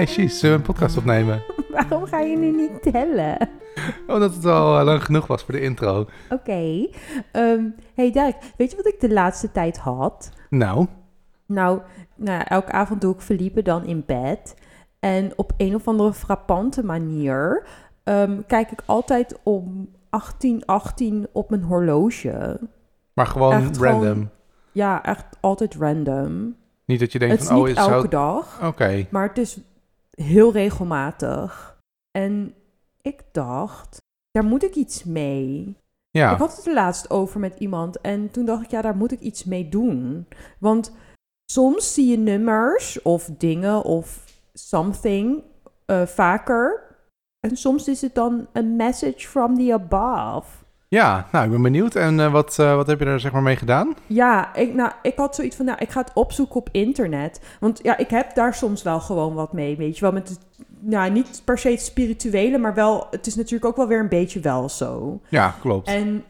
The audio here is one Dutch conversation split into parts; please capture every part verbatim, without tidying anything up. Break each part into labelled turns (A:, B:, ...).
A: Hey, Shees, zullen we een podcast opnemen?
B: Waarom ga je nu niet tellen?
A: Omdat het al uh, lang genoeg was voor de intro.
B: Oké. Okay. Um, hey Dirk, weet je wat ik de laatste tijd had?
A: Nou?
B: Nou, nou elke avond doe ik Felipe dan in bed. En op een of andere frappante manier um, kijk ik altijd om achttien achttien op mijn horloge.
A: Maar gewoon
B: echt
A: random?
B: Gewoon, ja, echt altijd random.
A: Niet dat je denkt
B: het
A: van, oh,
B: is niet
A: is
B: elke
A: zo...
B: dag.
A: Oké. Okay.
B: Maar het is heel regelmatig. En ik dacht, daar moet ik iets mee.
A: Ja.
B: Ik had het er laatst over met iemand. En toen dacht ik, ja, daar moet ik iets mee doen. Want soms zie je nummers of dingen of something uh, vaker. En soms is het dan een message from the above.
A: Ja, nou, ik ben benieuwd. En uh, wat, uh, wat heb je er zeg maar mee gedaan?
B: Ja, ik, nou, ik had zoiets van, nou, ik ga het opzoeken op internet. Want ja, ik heb daar soms wel gewoon wat mee, weet je wel. Met het, nou, niet per se het spirituele, maar wel, het is natuurlijk ook wel weer een beetje wel zo.
A: Ja, klopt.
B: En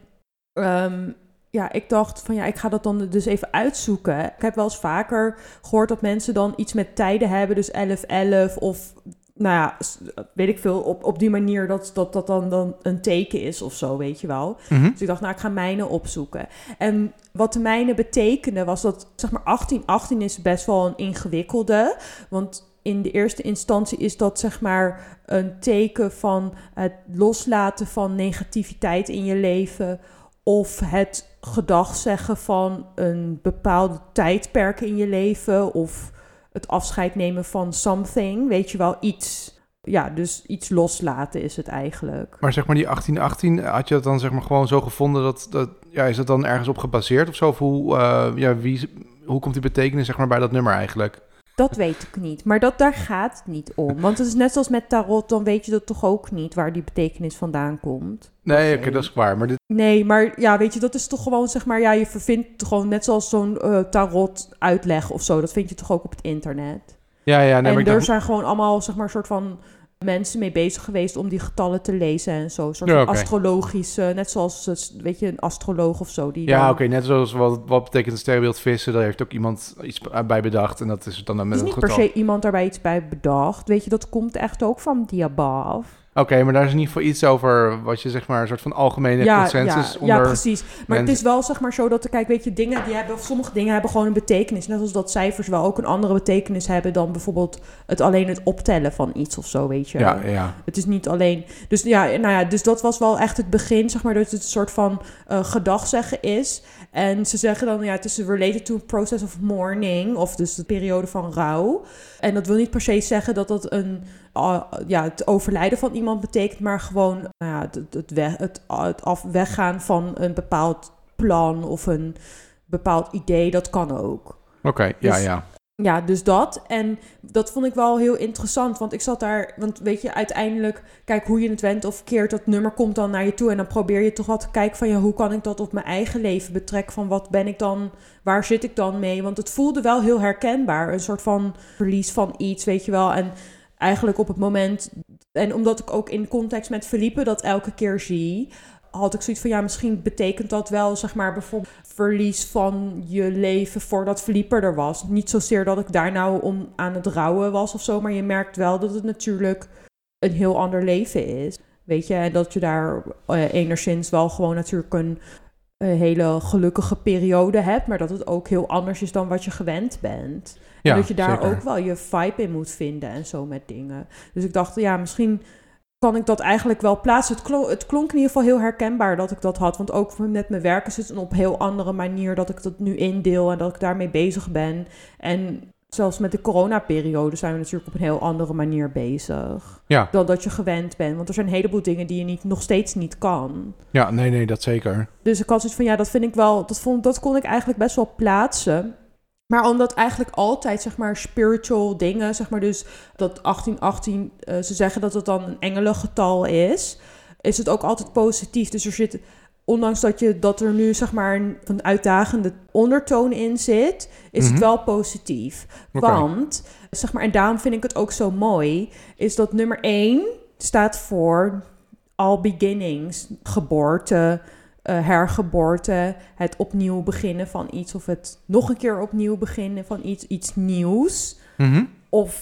B: um, ja, ik dacht van, ja, ik ga dat dan dus even uitzoeken. Ik heb wel eens vaker gehoord dat mensen dan iets met tijden hebben, dus elf elf of... Nou ja, weet ik veel, op, op die manier dat dat, dat dan, dan een teken is of zo, weet je wel.
A: Mm-hmm.
B: Dus ik dacht, nou, ik ga mijnen opzoeken. En wat de mijnen betekende was dat, zeg maar, achttien achttien is best wel een ingewikkelde. Want in de eerste instantie is dat, zeg maar, een teken van het loslaten van negativiteit in je leven. Of het gedag zeggen van een bepaalde tijdperk in je leven. Of het afscheid nemen van something, weet je wel, iets. Ja, dus iets loslaten is het eigenlijk.
A: Maar zeg maar die achttien achttien, had je dat dan zeg maar gewoon zo gevonden dat, dat ja, is dat dan ergens op gebaseerd of zo? Of hoe, uh, ja, wie, hoe komt die betekenis zeg maar bij dat nummer eigenlijk?
B: Dat weet ik niet, maar dat, daar gaat het niet om. Want het is net zoals met tarot, dan weet je dat toch ook niet waar die betekenis vandaan komt.
A: Nee, oké, okay, dat is waar. Maar dit...
B: Nee, maar ja, weet je, dat is toch gewoon, zeg maar, ja, je vervindt gewoon net zoals zo'n uh, tarot uitleg of zo. Dat vind je toch ook op het internet.
A: Ja, ja. Nee,
B: en
A: maar
B: er
A: dacht...
B: zijn gewoon allemaal, zeg maar, soort van mensen mee bezig geweest om die getallen te lezen en zo. Een soort
A: ja,
B: van
A: okay.
B: astrologisch, uh, net zoals, weet je, een astroloog of zo. Die
A: ja,
B: dan...
A: oké, okay, net zoals wat, wat betekent een sterrenbeeld vissen. Daar heeft ook iemand iets bij bedacht en dat is dan met een getal.
B: Er is niet per se iemand daarbij iets bij bedacht. Weet je, dat komt echt ook van the above.
A: Oké, okay, maar daar is in ieder geval iets over wat je zeg maar een soort van algemene
B: ja,
A: consensus
B: ja,
A: onder...
B: Ja, precies. Maar
A: mensen...
B: het is wel zeg maar zo dat, kijk, weet je, dingen die hebben, sommige dingen hebben gewoon een betekenis. Net als dat cijfers wel ook een andere betekenis hebben dan bijvoorbeeld het alleen het optellen van iets of zo, weet je.
A: Ja, ja.
B: Het is niet alleen... Dus ja, nou ja, dus dat was wel echt het begin, zeg maar, dat het een soort van uh, gedagzeggen is. En ze zeggen dan, ja, het is related to a process of mourning, of dus de periode van rouw. En dat wil niet per se zeggen dat dat een... Uh, ja, het overlijden van iemand betekent, maar gewoon uh, het, het, weg, het, het af, weggaan van een bepaald plan of een bepaald idee, dat kan ook.
A: Oké, okay, ja,
B: dus,
A: ja.
B: Ja, dus dat. En dat vond ik wel heel interessant, want ik zat daar, want weet je, uiteindelijk, kijk, hoe je het wendt of keert, dat nummer komt dan naar je toe en dan probeer je toch wat te kijken van, ja, hoe kan ik dat op mijn eigen leven betrekken, van wat ben ik dan, waar zit ik dan mee? Want het voelde wel heel herkenbaar, een soort van verlies van iets, weet je wel, en eigenlijk op het moment, en omdat ik ook in context met Felipe dat elke keer zie, had ik zoiets van, ja, misschien betekent dat wel, zeg maar, bijvoorbeeld verlies van je leven voordat Felipe er was. Niet zozeer dat ik daar nou om aan het rouwen was of zo, maar je merkt wel dat het natuurlijk een heel ander leven is. Weet je, en dat je daar uh, enigszins wel gewoon natuurlijk een uh, hele gelukkige periode hebt, maar dat het ook heel anders is dan wat je gewend bent. Ja, en dat je daar zeker ook wel je vibe in moet vinden en zo met dingen. Dus ik dacht, ja, misschien kan ik dat eigenlijk wel plaatsen. Het klonk, het klonk in ieder geval heel herkenbaar dat ik dat had. Want ook met mijn werk is het op een heel andere manier dat ik dat nu indeel en dat ik daarmee bezig ben. En zelfs met de coronaperiode zijn we natuurlijk op een heel andere manier bezig.
A: Ja.
B: Dan dat je gewend bent. Want er zijn een heleboel dingen die je niet, nog steeds niet kan.
A: Ja, nee, nee, dat zeker.
B: Dus ik had zoiets van, ja, dat vind ik wel, dat, vond, dat kon ik eigenlijk best wel plaatsen. Maar omdat eigenlijk altijd, zeg maar, spiritual dingen, zeg maar, dus dat achttien achttien, uh, ze zeggen dat het dan een engelengetal is, is het ook altijd positief. Dus er zit, ondanks dat, je, dat er nu, zeg maar, een, een uitdagende ondertoon in zit, is mm-hmm. het wel positief. Okay. Want, zeg maar, en daarom vind ik het ook zo mooi, is dat nummer één staat voor all beginnings, geboorte, Uh, hergeboorte, het opnieuw beginnen van iets of het nog een keer opnieuw beginnen van iets, iets nieuws.
A: Mm-hmm.
B: Of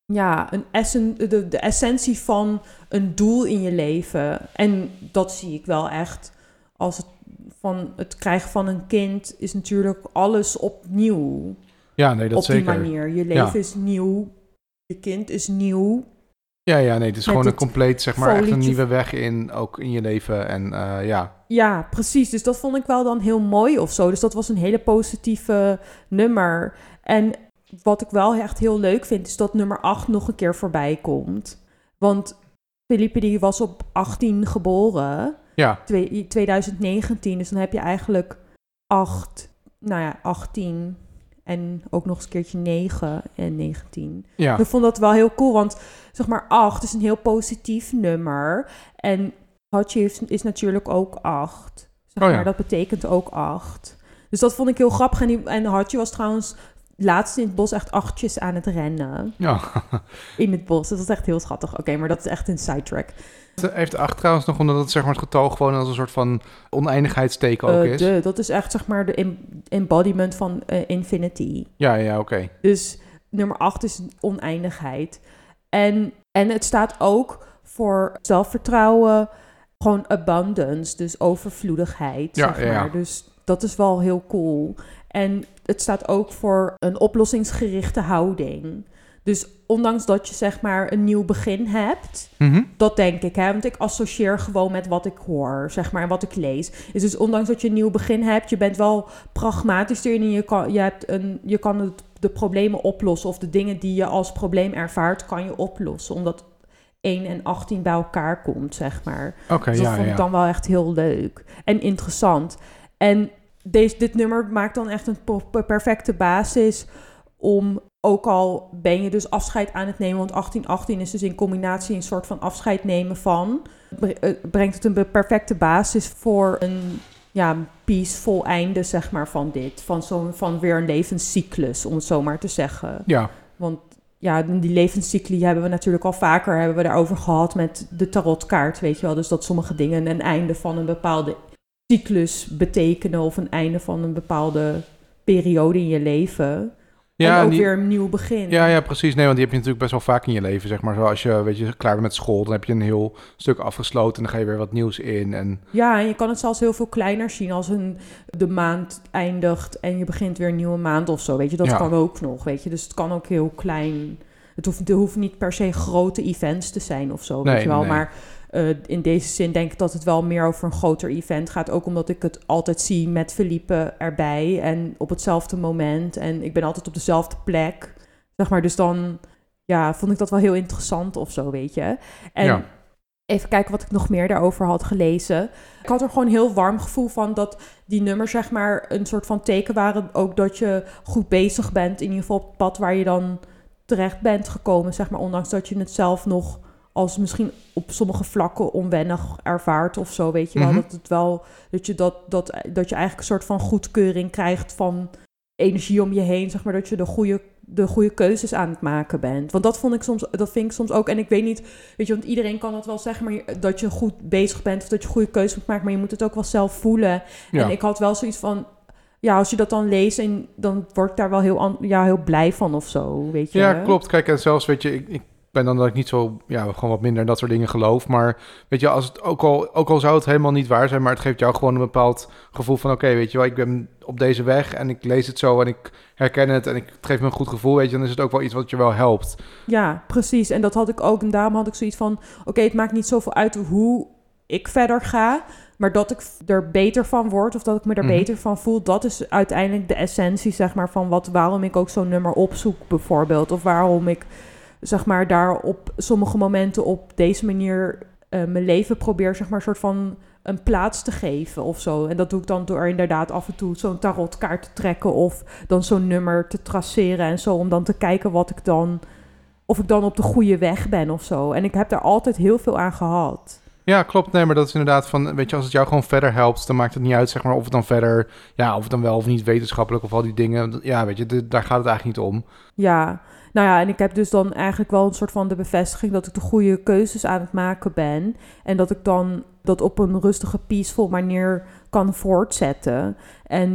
B: ja, een essen, de, de essentie van een doel in je leven. En dat zie ik wel echt als het van het krijgen van een kind is natuurlijk alles opnieuw.
A: Ja, nee, dat
B: op
A: zeker.
B: die manier. Je leven
A: Ja.
B: is nieuw, je kind is nieuw.
A: Ja, ja, nee, het is
B: Met
A: gewoon een
B: het
A: compleet, zeg maar, echt een
B: folietje-
A: nieuwe weg in, ook in je leven. En eh, ja,
B: Ja, precies. Dus dat vond ik wel dan heel mooi of zo. Dus dat was een hele positieve nummer. En wat ik wel echt heel leuk vind, is dat nummer acht nog een keer voorbij komt. Want Felipe die was op achttien geboren,
A: ja,
B: twee- twintig negentien. Dus dan heb je eigenlijk acht, nou ja, achttien en ook nog eens een keertje negen en negentien.
A: ja,
B: Ik vond dat wel heel cool, want zeg maar acht is een heel positief nummer. En Hachi is, is natuurlijk ook acht. Zeg
A: Oh ja.
B: maar, dat betekent ook acht. Dus dat vond ik heel grappig. En, die, en Hachi was trouwens laatst in het bos echt achtjes aan het rennen.
A: ja.
B: In het bos. Dat was echt heel schattig. Oké, maar dat is echt een sidetrack.
A: Het heeft acht trouwens nog, omdat het, zeg maar, het getal gewoon als een soort van oneindigheidsteken ook
B: Eh,
A: is.
B: de, dat is echt zeg maar de em- embodiment van eh, infinity.
A: Ja, ja, oké.
B: Dus nummer acht is oneindigheid. En, en het staat ook voor zelfvertrouwen, gewoon abundance, dus overvloedigheid,
A: Ja,
B: zeg maar.
A: ja, ja.
B: Dus dat is wel heel cool. En het staat ook voor een oplossingsgerichte houding. Dus ondanks dat je zeg maar een nieuw begin hebt,
A: Mhm.
B: dat denk ik, hè? Want ik associeer gewoon met wat ik hoor, zeg maar, en wat ik lees. Is dus ondanks dat je een nieuw begin hebt, je bent wel pragmatisch erin en je kan, je hebt een, je kan het, de problemen oplossen of de dingen die je als probleem ervaart, kan je oplossen. Omdat één en achttien bij elkaar komt, zeg maar.
A: Oké,
B: Dus dat
A: ja,
B: vond ik
A: ja.
B: dan wel echt heel leuk en interessant. En deze, dit nummer maakt dan echt een po- perfecte basis om, ook al ben je dus afscheid aan het nemen, want achttien achttien is dus in combinatie een soort van afscheid nemen van, bre- eh, brengt het een be- perfecte basis voor een ja, peaceful einde, zeg maar, van dit. Van, zo'n, van weer een levenscyclus, om het zo maar te zeggen.
A: Ja,
B: Want ja, die levenscycli hebben we natuurlijk al vaker hebben we daarover gehad met de tarotkaart, weet je wel. Dus dat sommige dingen een einde van een bepaalde cyclus betekenen of een einde van een bepaalde periode in je leven.
A: ja,
B: en ook
A: die-
B: weer een nieuw begin.
A: ja, ja, precies. Nee, want die heb je natuurlijk best wel vaak in je leven, zeg maar. Zoals je, weet je, klaar bent met school, dan heb je een heel stuk afgesloten en dan ga je weer wat nieuws in. En
B: Ja, en je kan het zelfs heel veel kleiner zien als een, de maand eindigt en je begint weer een nieuwe maand of zo, weet je. Dat
A: Ja.
B: kan ook nog, weet je. Dus het kan ook heel klein. Het hoeft, het hoeft niet per se grote events te zijn of zo,
A: Nee,
B: weet je wel.
A: nee, nee.
B: Maar uh, in deze zin denk ik dat het wel meer over een groter event gaat. Ook omdat ik het altijd zie met Felipe erbij en op hetzelfde moment. En ik ben altijd op dezelfde plek, zeg maar. Dus dan, ja, vond ik dat wel heel interessant of zo, weet je. En
A: Ja.
B: even kijken wat ik nog meer daarover had gelezen. Ik had er gewoon een heel warm gevoel van dat die nummers, zeg maar, een soort van teken waren. Ook dat je goed bezig bent, in ieder geval op het pad waar je dan terecht bent gekomen, zeg maar. Ondanks dat je het zelf nog als misschien op sommige vlakken onwennig ervaart of zo, weet je wel.
A: Mhm.
B: Dat het wel, dat je dat, dat, dat je eigenlijk een soort van goedkeuring krijgt van energie om je heen, zeg maar, dat je de goede, de goede keuzes aan het maken bent. Want dat vond ik soms, dat vind ik soms ook. En ik weet niet, weet je, want iedereen kan dat wel zeggen, maar je- dat je goed bezig bent of dat je goede keuzes moet maken, maar je moet het ook wel zelf voelen.
A: Ja.
B: En ik had wel zoiets van, ja, als je dat dan leest, en dan word ik daar wel heel, an- ja, heel blij van of zo, weet je.
A: Ja, klopt. Kijk, en zelfs, weet je, ik, ik ben dan dat ik niet zo, ja, gewoon wat minder in dat soort dingen geloof. Maar weet je, als het ook al, ook al zou het helemaal niet waar zijn, maar het geeft jou gewoon een bepaald gevoel van, oké, weet je wel, ik ben op deze weg en ik lees het zo en ik herken het en ik, het geeft me een goed gevoel, weet je, dan is het ook wel iets wat je wel helpt.
B: Ja, precies. En dat had ik ook. En daarom had ik zoiets van, oké, het maakt niet zoveel uit hoe ik verder ga, maar dat ik er beter van word of dat ik me er
A: Mhm.
B: beter van voel, dat is uiteindelijk de essentie, zeg maar, van wat, waarom ik ook zo'n nummer opzoek bijvoorbeeld. Of waarom ik, zeg maar, daar op sommige momenten op deze manier uh, mijn leven probeer, zeg maar, een soort van een plaats te geven of zo. En dat doe ik dan door inderdaad af en toe zo'n tarotkaart te trekken of dan zo'n nummer te traceren en zo, om dan te kijken wat ik dan, of ik dan op de goede weg ben of zo. En ik heb daar altijd heel veel aan gehad.
A: Ja, klopt. Nee, maar dat is inderdaad van, weet je, als het jou gewoon verder helpt, dan maakt het niet uit, zeg maar, of het dan verder, ja, of het dan wel of niet wetenschappelijk of al die dingen. Ja, weet je, d- daar gaat het eigenlijk niet om.
B: Ja, nou ja, en ik heb dus dan eigenlijk wel een soort van de bevestiging dat ik de goede keuzes aan het maken ben. En dat ik dan dat op een rustige, peaceful manier kan voortzetten. En nou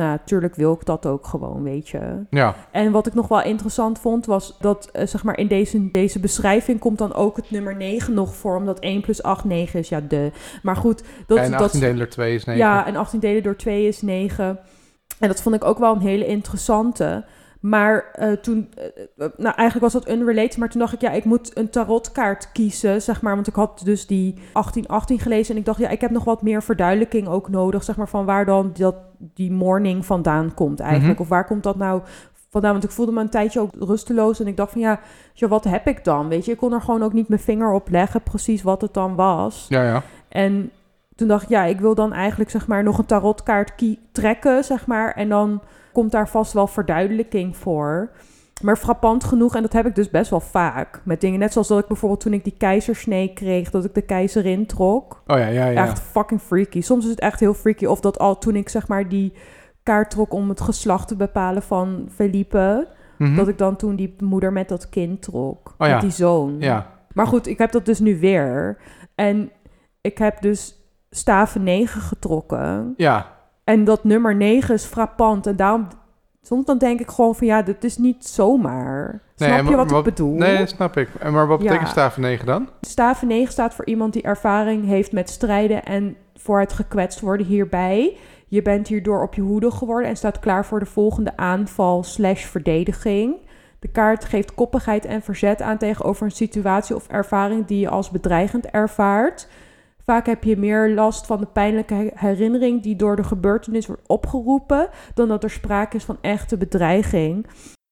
B: nou, natuurlijk wil ik dat ook gewoon, weet je.
A: Ja.
B: En wat ik nog wel interessant vond, was dat, uh, zeg maar, in deze, deze beschrijving komt dan ook het nummer negen nog voor, omdat één plus acht negen is, ja, de. Maar goed. Dat,
A: en achttien
B: dat,
A: delen door twee is negen.
B: Ja, en achttien delen door twee is negen. En dat vond ik ook wel een hele interessante. Maar uh, toen, uh, nou eigenlijk was dat unrelated, maar toen dacht ik, ja, ik moet een tarotkaart kiezen, zeg maar, want ik had dus die achttien achttien gelezen en ik dacht, ja, ik heb nog wat meer verduidelijking ook nodig, zeg maar, van waar dan dat, die morning vandaan komt eigenlijk, mm-hmm. of waar komt dat nou vandaan, want ik voelde me een tijdje ook rusteloos en ik dacht van, ja, ja, wat heb ik dan, weet je, ik kon er gewoon ook niet mijn vinger op leggen, precies wat het dan was.
A: Ja, ja.
B: En toen dacht ik, ja, ik wil dan eigenlijk, zeg maar, nog een tarotkaart kie- trekken, zeg maar, en dan komt daar vast wel verduidelijking voor. Maar frappant genoeg, en dat heb ik dus best wel vaak met dingen. Net zoals dat ik bijvoorbeeld toen ik die keizersnee kreeg, dat ik de keizerin trok.
A: Oh ja, ja, ja.
B: Echt fucking freaky. Soms is het echt heel freaky. Of dat al toen ik, zeg maar, die kaart trok om het geslacht te bepalen van Felipe, mm-hmm. dat ik dan toen die moeder met dat kind trok.
A: Oh
B: met
A: ja.
B: die zoon.
A: Ja.
B: Maar goed, ik heb dat dus nu weer. En ik heb dus staven negen getrokken.
A: Ja.
B: En dat nummer negen is frappant. En daarom, soms dan denk ik gewoon van, ja, dit is niet zomaar.
A: Nee,
B: snap je
A: maar,
B: wat,
A: wat
B: ik bedoel?
A: Nee, snap ik. En maar wat betekent
B: ja.
A: staven negen dan?
B: Staven negen staat voor iemand die ervaring heeft met strijden en voor het gekwetst worden hierbij. Je bent hierdoor op je hoede geworden en staat klaar voor de volgende aanval slash verdediging. De kaart geeft koppigheid en verzet aan tegenover een situatie of ervaring die je als bedreigend ervaart. Vaak heb je meer last van de pijnlijke herinnering die door de gebeurtenis wordt opgeroepen, dan dat er sprake is van echte bedreiging.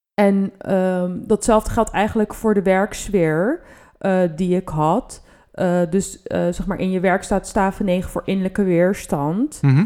B: En um, datzelfde geldt eigenlijk voor de werksfeer uh, die ik had. Uh, dus uh, zeg maar in je werk staat staven negen voor innerlijke weerstand.
A: Mm-hmm.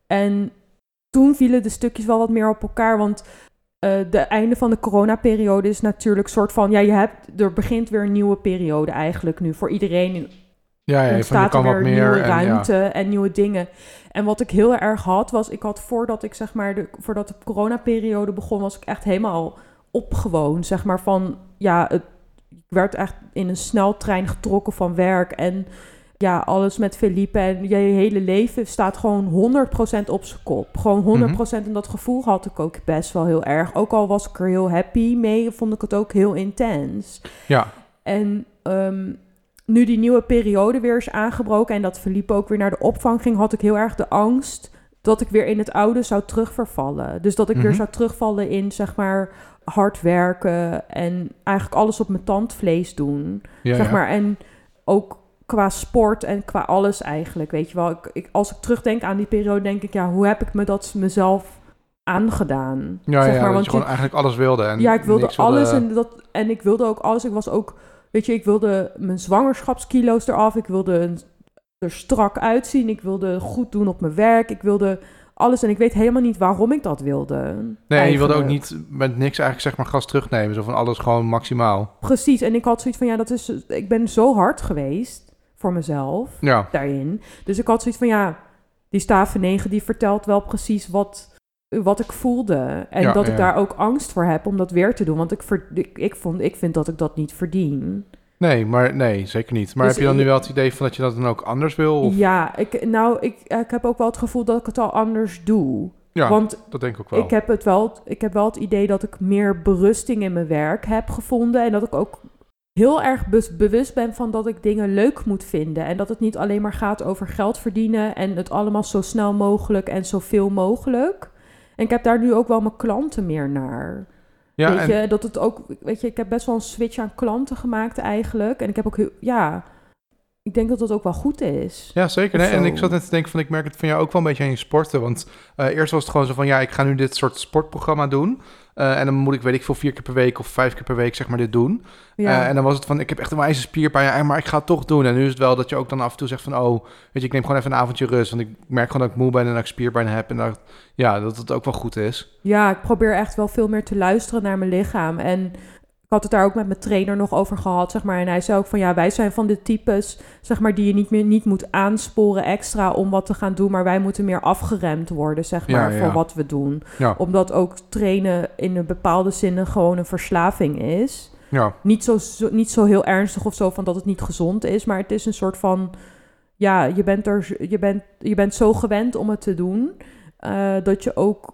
B: En toen vielen de stukjes wel wat meer op elkaar, want uh, de einde van de coronaperiode is natuurlijk soort van, ja, je hebt, er begint weer een nieuwe periode eigenlijk nu voor iedereen. In,
A: Ja, ja,
B: ontstaat er weer nieuwe
A: en,
B: ruimte
A: ja.
B: en nieuwe dingen. En wat ik heel erg had, was, ik had voordat ik, zeg maar, de, voordat de coronaperiode begon, was ik echt helemaal opgewoond, zeg maar, van, ja, het, ik werd echt in een sneltrein getrokken van werk en ja, alles met Felipe en je hele leven staat gewoon honderd procent op zijn kop. Gewoon honderd procent mm-hmm. En dat gevoel had ik ook best wel heel erg. Ook al was ik er heel happy mee, vond ik het ook heel intens.
A: Ja.
B: En um, nu die nieuwe periode weer is aangebroken en dat Felipe ook weer naar de opvang ging, had ik heel erg de angst dat ik weer in het oude zou terugvervallen. Dus dat ik mm-hmm. weer zou terugvallen in, zeg maar, hard werken en eigenlijk alles op mijn tandvlees doen.
A: Ja,
B: zeg
A: ja.
B: maar. En ook qua sport en qua alles eigenlijk, weet je wel. Ik, ik, als ik terugdenk aan die periode, denk ik, ja, hoe heb ik me dat mezelf aangedaan?
A: Ja,
B: zeg
A: ja,
B: maar,
A: dat
B: want
A: je gewoon
B: je,
A: eigenlijk alles wilde. En
B: ja, ik wilde
A: niks
B: alles
A: wilde...
B: en, dat, en ik wilde ook alles. Ik was ook, weet je, ik wilde mijn zwangerschapskilo's eraf. Ik wilde een, er strak uitzien. Ik wilde goed doen op mijn werk. Ik wilde alles en ik weet helemaal niet waarom ik dat wilde.
A: Nee,
B: eigenlijk.
A: je wilde ook niet met niks eigenlijk, zeg maar, gas terugnemen. Zo van alles gewoon maximaal.
B: Precies, en ik had zoiets van, ja, dat is, ik ben zo hard geweest voor mezelf
A: ja.
B: daarin. Dus ik had zoiets van, ja, die staven negen die vertelt wel precies wat, wat ik voelde. En
A: ja,
B: dat ik
A: ja.
B: daar ook angst voor heb om dat weer te doen. Want ik, ver, ik, ik, vond, ik vind dat ik dat niet verdien.
A: Nee, maar nee, zeker niet. Maar
B: dus
A: heb je dan
B: ik,
A: nu wel het idee van dat je dat dan ook anders wil? Of?
B: Ja, ik, nou, ik, ik heb ook wel het gevoel dat ik het al anders doe.
A: Ja,
B: want
A: dat denk ik ook wel.
B: Ik heb, het wel. ik heb wel het idee dat ik meer berusting in mijn werk heb gevonden. En dat ik ook heel erg be- bewust ben van dat ik dingen leuk moet vinden. En dat het niet alleen maar gaat over geld verdienen en het allemaal zo snel mogelijk en zoveel mogelijk. En ik heb daar nu ook wel mijn klanten meer naar. Ja, weet je, en... dat het ook, weet je, ik heb best wel een switch aan klanten gemaakt eigenlijk. En ik heb ook heel, ja, ik denk dat dat ook wel goed is.
A: Ja, zeker. Nee? En ik zat net te denken van, ik merk het van jou ook wel een beetje aan je sporten. Want uh, eerst was het gewoon zo van, ja, ik ga nu dit soort sportprogramma doen. Uh, en dan moet ik, weet ik veel, vier keer per week of vijf keer per week, zeg maar, dit doen. Ja. Uh, en dan was het van, ik heb echt een wijze spierpijn, maar ik ga het toch doen. En nu is het wel dat je ook dan af en toe zegt van, oh, weet je, ik neem gewoon even een avondje rust. Want ik merk gewoon dat ik moe ben en dat ik spierpijn heb. En dat, ja, dat het ook wel goed is.
B: Ja, ik probeer echt wel veel meer te luisteren naar mijn lichaam. En ik had het daar ook met mijn trainer nog over gehad, zeg maar. En hij zei ook van, ja, wij zijn van de types, zeg maar, die je niet meer niet moet aansporen extra om wat te gaan doen. Maar wij moeten meer afgeremd worden, zeg maar, ja, ja. voor wat we doen. Ja. Omdat ook trainen in een bepaalde zin gewoon een verslaving is.
A: Ja.
B: Niet zo, zo, niet zo heel ernstig of zo van dat het niet gezond is, maar het is een soort van, ja, je bent, er, je bent, je bent zo gewend om het te doen, uh, dat je ook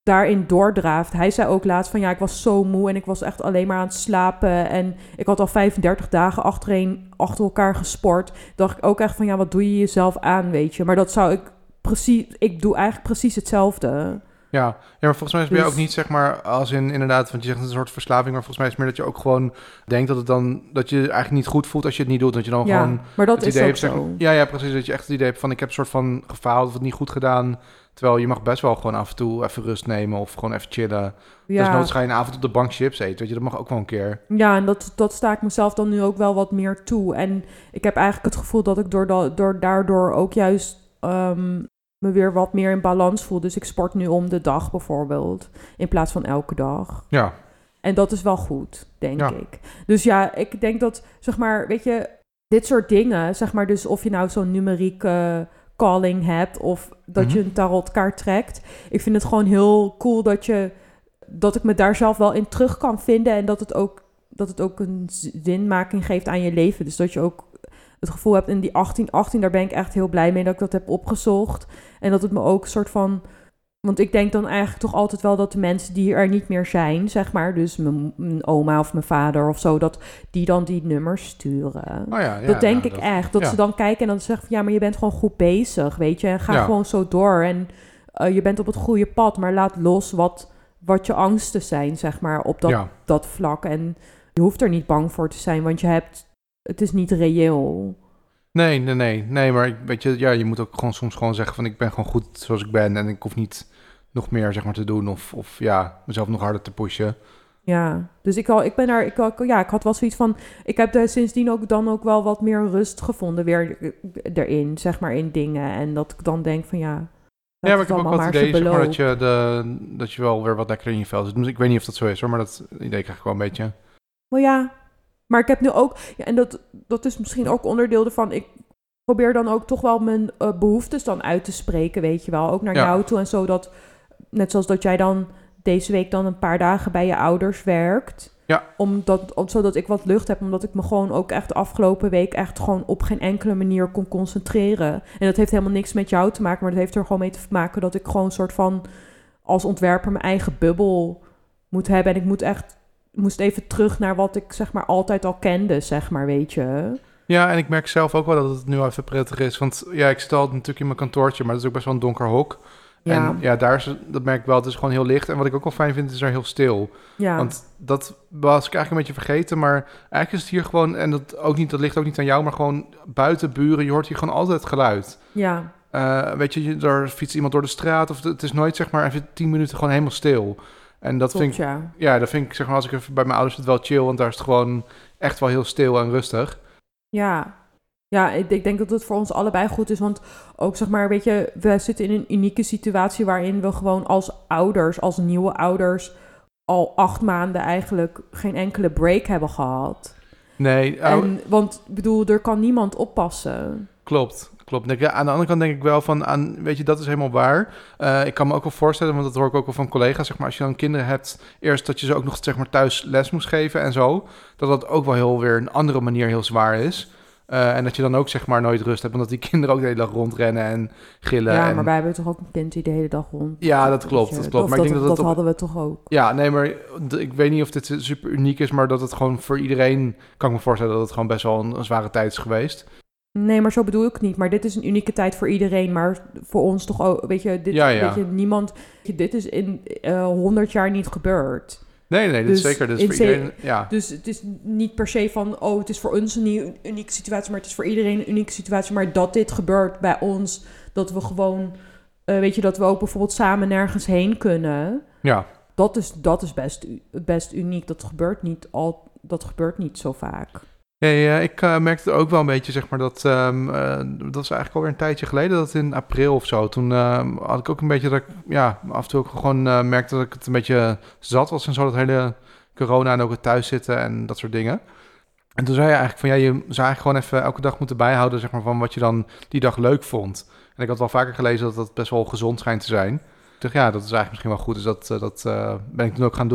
B: daarin doordraaft. Hij zei ook laatst van ja, ik was zo moe en ik was echt alleen maar aan het slapen. En ik had al vijfendertig dagen achtereen, achter elkaar gesport. Dacht ik ook echt van ja, wat doe je jezelf aan, weet je. Maar dat zou ik precies, ik doe eigenlijk precies hetzelfde.
A: Ja, ja, maar volgens mij is het bij
B: Dus-
A: jou ook niet, zeg maar, als in inderdaad, want je zegt het is een soort verslaving, maar volgens mij is het meer dat je ook gewoon denkt dat het dan, dat je je eigenlijk niet goed voelt als je het niet doet. Dat je dan
B: Ja,
A: gewoon
B: maar dat
A: het
B: is
A: idee
B: ook
A: hebt, zeg
B: zo.
A: maar- ja, ja, precies, dat je echt het idee hebt van, ik heb een soort van gefaald of het niet goed gedaan. Terwijl je mag best wel gewoon af en toe even rust nemen of gewoon even chillen. Dus
B: Ja,
A: nooit ga je een avond op de bank chips eten, weet je, dat mag ook wel een keer.
B: ja, en dat, dat sta ik mezelf dan nu ook wel wat meer toe. En ik heb eigenlijk het gevoel dat ik door, da- door daardoor ook juist ehm, me weer wat meer in balans voel. Dus ik sport nu om de dag bijvoorbeeld, in plaats van elke dag.
A: Ja,
B: En dat is wel goed, denk
A: Ja.
B: ik. Dus ja, ik denk dat, zeg maar, weet je, dit soort dingen, zeg maar, dus of je nou zo'n numerieke calling hebt of dat
A: Mhm.
B: je een tarotkaart trekt. Ik vind het gewoon heel cool dat je, dat ik me daar zelf wel in terug kan vinden en dat het ook, dat het ook een zinmaking geeft aan je leven. Dus dat je ook het gevoel hebt in die achttien achttien, daar ben ik echt heel blij mee dat ik dat heb opgezocht. En dat het me ook een soort van, want ik denk dan eigenlijk toch altijd wel dat de mensen die er niet meer zijn, zeg maar, dus mijn, mijn oma of mijn vader of zo, dat die dan die nummers sturen.
A: oh ja, ja
B: dat denk
A: nou,
B: ik echt. Dat
A: ja.
B: ze dan kijken en dan zeggen van ja, maar je bent gewoon goed bezig, weet je. En ga
A: Ja.
B: gewoon zo door. En eh, je bent op het goede pad, maar laat los wat, wat je angsten zijn, zeg maar, op dat,
A: Ja.
B: dat vlak. En je hoeft er niet bang voor te zijn, want je hebt, het is niet reëel.
A: Nee, nee, nee, nee, maar ik- weet je, ja, je moet ook gewoon soms gewoon zeggen van ik ben gewoon goed zoals ik ben en ik hoef niet nog meer, zeg maar, te doen of, of ja, mezelf nog harder te pushen.
B: Ja, dus ik, al, ik ben daar, ik, al- ja, ik had wel zoiets van, ik heb daar sindsdien ook dan ook wel wat meer rust gevonden weer erin, zeg maar, in dingen. En dat ik dan denk van ja, laat
A: Ja, maar
B: het
A: ik heb ook
B: allemaal
A: wel het
B: maar
A: idee,
B: zijn
A: zeg maar, dat
B: beloop.
A: je, de, dat je wel weer wat lekker in je vel zit. Dus ik weet niet of dat zo is hoor, maar dat idee krijg ik wel een beetje.
B: Maar ja, maar ik heb nu ook, ja, en dat, dat is misschien ook onderdeel ervan, ik probeer dan ook toch wel mijn eh, behoeftes dan uit te spreken, weet je wel. Ook naar
A: Ja.
B: jou toe en zo dat, net zoals dat jij dan deze week dan een paar dagen bij je ouders werkt.
A: Ja.
B: Omdat, om, zodat ik wat lucht heb, omdat ik me gewoon ook echt de afgelopen week echt gewoon op geen enkele manier kon concentreren. En dat heeft helemaal niks met jou te maken, maar dat heeft er gewoon mee te maken dat ik gewoon een soort van als ontwerper mijn eigen bubbel moet hebben. En ik moet echt, moest even terug naar wat ik zeg maar altijd al kende, zeg maar, weet je.
A: Ja, en ik merk zelf ook wel dat het nu even prettig is. Want ja, ik zit al natuurlijk in mijn kantoortje, maar dat is ook best wel een donker hok.
B: Ja,
A: En ja, daar is, dat merk ik wel, het is gewoon heel licht. En wat ik ook wel fijn vind, is er heel stil.
B: ja.
A: Want dat was ik eigenlijk een beetje vergeten. Maar eigenlijk is het hier gewoon, en dat, ook niet, dat ligt ook niet aan jou, maar gewoon buiten buren. Je hoort hier gewoon altijd geluid.
B: ja.
A: Uh, weet je, je- er fietst iemand door de straat. Of het is nooit zeg maar even tien minuten gewoon helemaal stil. En dat
B: Klopt,
A: vind ik,
B: ja.
A: ja, dat vind ik zeg maar als ik even bij mijn ouders zit wel chill. Want daar is het gewoon echt wel heel stil en rustig.
B: Ja, ja, ik, ik denk dat het voor ons allebei goed is. Want ook zeg maar, weet je, we zitten in een unieke situatie waarin we gewoon als ouders, als nieuwe ouders, al acht maanden eigenlijk geen enkele break hebben gehad.
A: Nee, uh,
B: En, want ik bedoel, er kan niemand oppassen.
A: klopt. Klopt. Ik- Aan de andere kant denk ik wel van, aan, weet je, dat is helemaal waar. Uh, ik kan me ook wel voorstellen, want dat hoor ik ook wel van collega's, zeg maar, als je dan kinderen hebt, eerst dat je ze ook nog, zeg maar, thuis les moest geven en zo, dat dat ook wel heel weer een andere manier heel zwaar is. Uh, en dat je dan ook, zeg maar, nooit rust hebt, omdat die kinderen ook de hele dag rondrennen en gillen.
B: Ja,
A: en...
B: maar wij hebben toch ook een kind die de hele dag rond.
A: Ja, dat klopt,
B: Weet je,
A: dat klopt.
B: of
A: Maar
B: dat,
A: ik denk dat
B: dat
A: dat op-
B: hadden we toch ook.
A: Ja, nee, maar d- ik weet niet of dit super uniek is, maar dat het gewoon voor iedereen, kan ik me voorstellen dat het gewoon best wel een, een zware tijd is geweest.
B: Nee, maar zo bedoel ik het niet. Maar dit is een unieke tijd voor iedereen. Maar voor ons toch ook, weet je, dit,
A: Ja, ja.
B: Weet je niemand, weet je, dit is in honderd jaar niet gebeurd.
A: Nee, nee, dit
B: Dus
A: is zeker. Dit is
B: in
A: voor
B: ze-
A: iedereen, ja.
B: Dus het is niet per se van, oh, het is voor ons een nieuw- unieke situatie, maar het is voor iedereen een unieke situatie. Maar dat dit gebeurt bij ons, dat we gewoon, eh, weet je, dat we ook bijvoorbeeld samen nergens heen kunnen.
A: Ja.
B: Dat is, dat is best, u- best uniek. Dat gebeurt niet al, dat gebeurt niet zo vaak.
A: Ja, ja, ik uh, merkte ook wel een beetje, zeg maar, dat... Um, uh, dat is eigenlijk alweer een tijdje geleden, dat in april of zo. Toen uh, had ik ook een beetje dat ik, ja, af en toe ook gewoon uh, merkte dat ik het een beetje zat was en zo, dat hele corona en ook het thuiszitten en dat soort dingen. En toen zei je eigenlijk van, ja, je zou eigenlijk gewoon even elke dag moeten bijhouden, zeg maar, van wat je dan die dag leuk vond. En ik had wel vaker gelezen dat dat best wel gezond schijnt te zijn. Ik dacht, ja, dat is eigenlijk misschien wel goed, dus dat, uh, dat uh, ben ik toen ook gaan doen.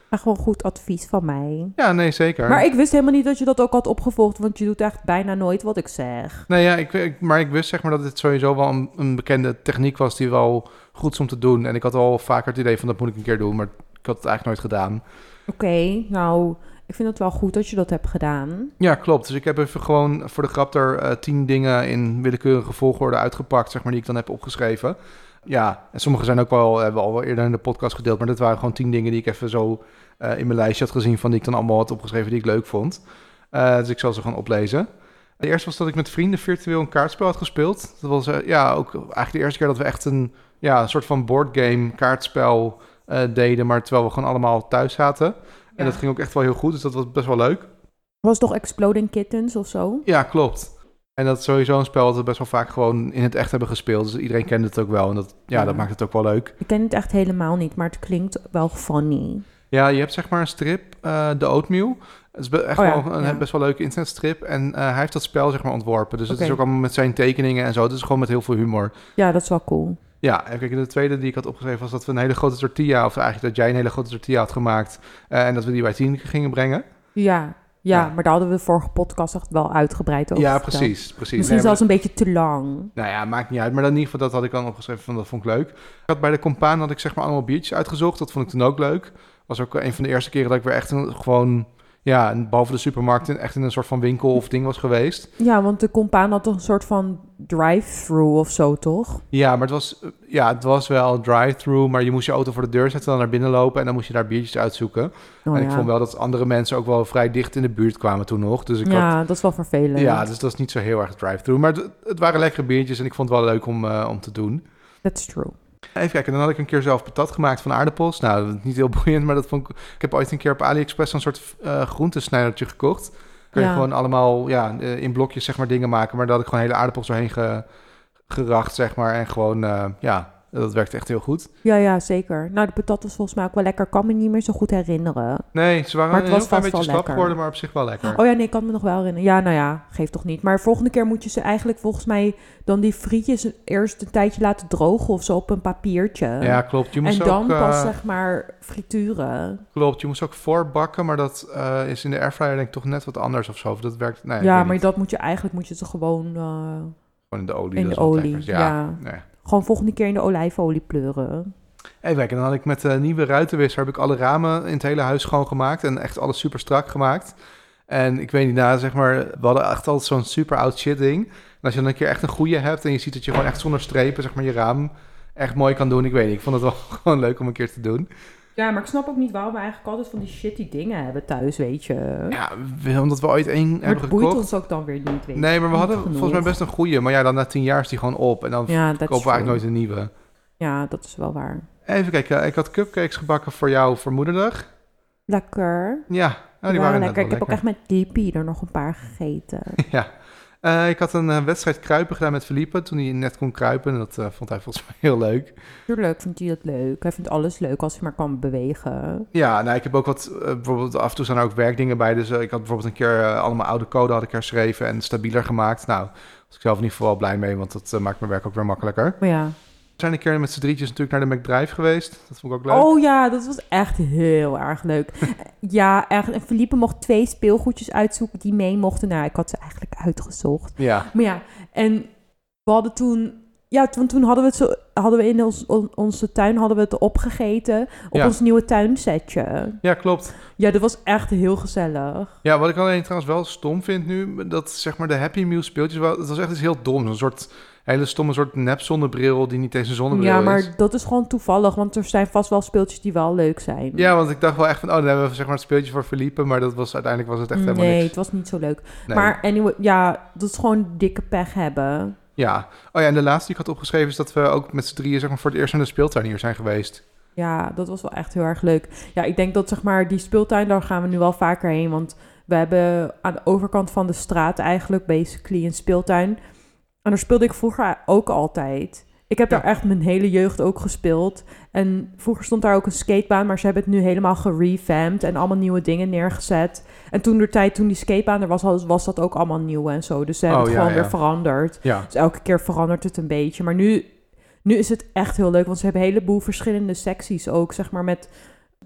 B: Echt wel goed advies van mij.
A: Ja, nee, zeker.
B: Maar ik wist helemaal niet dat je dat ook had opgevolgd, want je doet echt bijna nooit wat ik zeg.
A: Nee, ja, ik, ik, maar ik wist zeg maar dat het sowieso wel een, een bekende techniek was die wel goed is om te doen. En ik had al vaker het idee van dat moet ik een keer doen, maar ik had het eigenlijk nooit gedaan.
B: Oké, okay, nou, ik vind het wel goed dat je dat hebt gedaan.
A: Ja, klopt. Dus ik heb even gewoon voor de grap er uh, tien dingen in willekeurige volgorde uitgepakt, zeg maar, die ik dan heb opgeschreven. Ja, en sommige zijn ook wel, hebben we al wel eerder in de podcast gedeeld, maar dat waren gewoon tien dingen die ik even zo uh, in mijn lijstje had gezien van die ik dan allemaal had opgeschreven die ik leuk vond. Uh, dus ik zal ze gewoon oplezen. De eerste was dat ik met vrienden virtueel een kaartspel had gespeeld. Dat was uh, ja ook eigenlijk de eerste keer dat we echt een, ja, een soort van boardgame kaartspel uh, deden, maar terwijl we gewoon allemaal thuis zaten. En ja. Dat ging ook echt wel heel goed, dus dat was best wel leuk.
B: Was het toch Exploding Kittens of zo?
A: Ja, klopt. En dat is sowieso een spel dat we best wel vaak gewoon in het echt hebben gespeeld. Dus iedereen kent het ook wel. En dat, ja, ja. dat maakt het ook wel leuk.
B: Ik ken het echt helemaal niet, maar het klinkt wel funny.
A: Ja, je hebt zeg maar een strip, uh, The Oatmeal. Het is be- echt oh ja, wel een ja. best wel leuke internetstrip. En uh, hij heeft dat spel zeg maar ontworpen. Dus okay. Het is ook allemaal met zijn tekeningen en zo. Het is gewoon met heel veel humor.
B: Ja, dat is wel cool.
A: Ja, en kijk, de tweede die ik had opgeschreven was dat we een hele grote tortilla... of eigenlijk dat jij een hele grote tortilla had gemaakt... Uh, en dat we die bij Tineke gingen brengen.
B: Ja, ja, ja, maar daar hadden we de vorige podcast echt wel uitgebreid over.
A: Ja, precies, precies.
B: Misschien nee, zelfs dat... een beetje te lang.
A: Nou ja, maakt niet uit. Maar in ieder geval, dat had ik dan opgeschreven, van dat vond ik leuk. Ik had bij de Compaan had ik zeg maar allemaal biertjes uitgezocht. Dat vond ik toen ook leuk. Was ook een van de eerste keren dat ik weer echt een, gewoon... ja, behalve de supermarkt echt in een soort van winkel of ding was geweest.
B: Ja, want de Compaan had toch een soort van drive-thru of zo, toch?
A: Ja, maar het was, ja, het was wel drive-thru, maar je moest je auto voor de deur zetten, dan naar binnen lopen en dan moest je daar biertjes uitzoeken. Oh, en ik ja. vond wel dat andere mensen ook wel vrij dicht in de buurt kwamen toen nog. Dus ik
B: ja,
A: had,
B: dat is wel vervelend.
A: Ja, dus dat is niet zo heel erg drive-thru. Maar het, het waren lekkere biertjes en ik vond het wel leuk om, uh, om te doen.
B: That's true.
A: Even kijken, dan had ik een keer zelf patat gemaakt van aardappels. Nou, niet heel boeiend, maar dat vond ik... Ik heb ooit een keer op AliExpress een soort uh, groentesnijdertje gekocht. Kun je ja. gewoon allemaal ja, in blokjes zeg maar dingen maken. Maar daar had ik gewoon hele aardappels doorheen ge, geracht, zeg maar. En gewoon, uh, ja, dat werkt echt heel goed.
B: Ja, ja, zeker. Nou, de patat was volgens mij ook wel lekker. Ik kan me niet meer zo goed herinneren.
A: Nee, ze waren maar het een heel klein beetje slap geworden, maar op zich wel lekker.
B: Oh ja, nee, ik kan me nog wel herinneren. Ja, nou ja, geeft toch niet. Maar volgende keer moet je ze eigenlijk volgens mij dan die frietjes eerst een tijdje laten drogen of zo op een papiertje.
A: Ja, klopt. Je moest
B: en dan
A: ook,
B: pas
A: uh,
B: zeg maar frituren.
A: Klopt, je moest ook voorbakken, maar dat uh, is in de airfryer denk ik toch net wat anders of zo. Dat werkt, nee,
B: ja, maar niet. Dat moet je eigenlijk moet je ze gewoon... Uh,
A: gewoon in de olie.
B: In de olie, ja.
A: ja. Nee.
B: Gewoon volgende keer in de olijfolie pleuren.
A: Even kijken, dan had ik met de uh, nieuwe ruitenwisser... heb ik alle ramen in het hele huis schoongemaakt... en echt alles super strak gemaakt. En ik weet niet, nou, zeg maar... we hadden echt altijd zo'n super oud shit ding. En als je dan een keer echt een goede hebt... en je ziet dat je gewoon echt zonder strepen... zeg maar je raam echt mooi kan doen. Ik weet niet, ik vond het wel gewoon leuk om een keer te doen.
B: Ja, maar ik snap ook niet waarom we eigenlijk altijd van die shitty dingen hebben thuis, weet je.
A: Ja, omdat we ooit één hebben gekocht. Maar het boeit
B: ons ook dan weer niet, weet je.
A: Nee, maar we hadden genoeg. volgens mij best een goede. Maar ja, dan na tien jaar is die gewoon op. En dan ja, kopen we eigenlijk nooit een nieuwe.
B: Ja, dat is wel waar.
A: Even kijken, ik had cupcakes gebakken voor jou voor moederdag.
B: Lekker.
A: Ja, nou, die,
B: die
A: waren
B: lekker.
A: lekker.
B: Ik heb ook echt met Diepie er nog een paar gegeten.
A: Ja. Uh, ik had een uh, wedstrijd kruipen gedaan met Felipe toen hij net kon kruipen. En dat uh, vond hij volgens mij heel leuk.
B: Tuurlijk vindt hij dat leuk. Hij vindt alles leuk als hij maar kan bewegen.
A: Ja, nou, ik heb ook wat... Uh, bijvoorbeeld af en toe zijn er ook werkdingen bij. Dus uh, ik had bijvoorbeeld een keer uh, allemaal oude code had ik herschreven en stabieler gemaakt. Nou, daar was ik zelf in ieder geval wel blij mee, want dat uh, maakt mijn werk ook weer makkelijker.
B: Ja.
A: We zijn een keer met z'n drietjes natuurlijk naar de McDrive geweest. Dat vond ik ook leuk.
B: Oh ja, dat was echt heel erg leuk. Ja, echt. En Felipe mocht twee speelgoedjes uitzoeken die mee mochten. Nou, ik had ze eigenlijk uitgezocht.
A: Ja.
B: Maar ja, en we hadden toen... Ja, toen, toen hadden we het zo, hadden we in ons, on, onze tuin hadden we het opgegeten op ja. ons nieuwe tuinsetje.
A: Ja, klopt.
B: Ja, dat was echt heel gezellig.
A: Ja, wat ik alleen trouwens wel stom vind nu, dat zeg maar de Happy Meal speeltjes, wel, het was echt iets heel doms. Een soort hele stomme soort nep zonnebril die niet eens een zonnebril is.
B: Ja, maar
A: is.
B: dat is gewoon toevallig, want er zijn vast wel speeltjes die wel leuk zijn.
A: Ja, want ik dacht wel echt van, oh, dan hebben we zeg maar het speeltje voor Felipe, maar dat was uiteindelijk was het echt helemaal
B: nee,
A: niks.
B: Nee, het was niet zo leuk.
A: Nee.
B: Maar anyway, ja, dat is gewoon dikke pech hebben.
A: Ja. Oh ja, en de laatste die ik had opgeschreven is dat we ook met z'n drieën zeg maar voor het eerst naar de speeltuin hier zijn geweest.
B: Ja, dat was wel echt heel erg leuk. Ja, ik denk dat zeg maar die speeltuin, daar gaan we nu wel vaker heen, want we hebben aan de overkant van de straat eigenlijk basically een speeltuin. En daar speelde ik vroeger ook altijd. Ik heb ja. daar echt mijn hele jeugd ook gespeeld. En vroeger stond daar ook een skatebaan, maar ze hebben het nu helemaal gerevamped en allemaal nieuwe dingen neergezet. En toen de tijd, toen die skatebaan er was, was dat ook allemaal nieuw en zo. Dus ze hebben oh, het ja, gewoon ja. weer veranderd.
A: Ja.
B: Dus elke keer verandert het een beetje. Maar nu, nu is het echt heel leuk, want ze hebben een heleboel verschillende secties ook, zeg maar met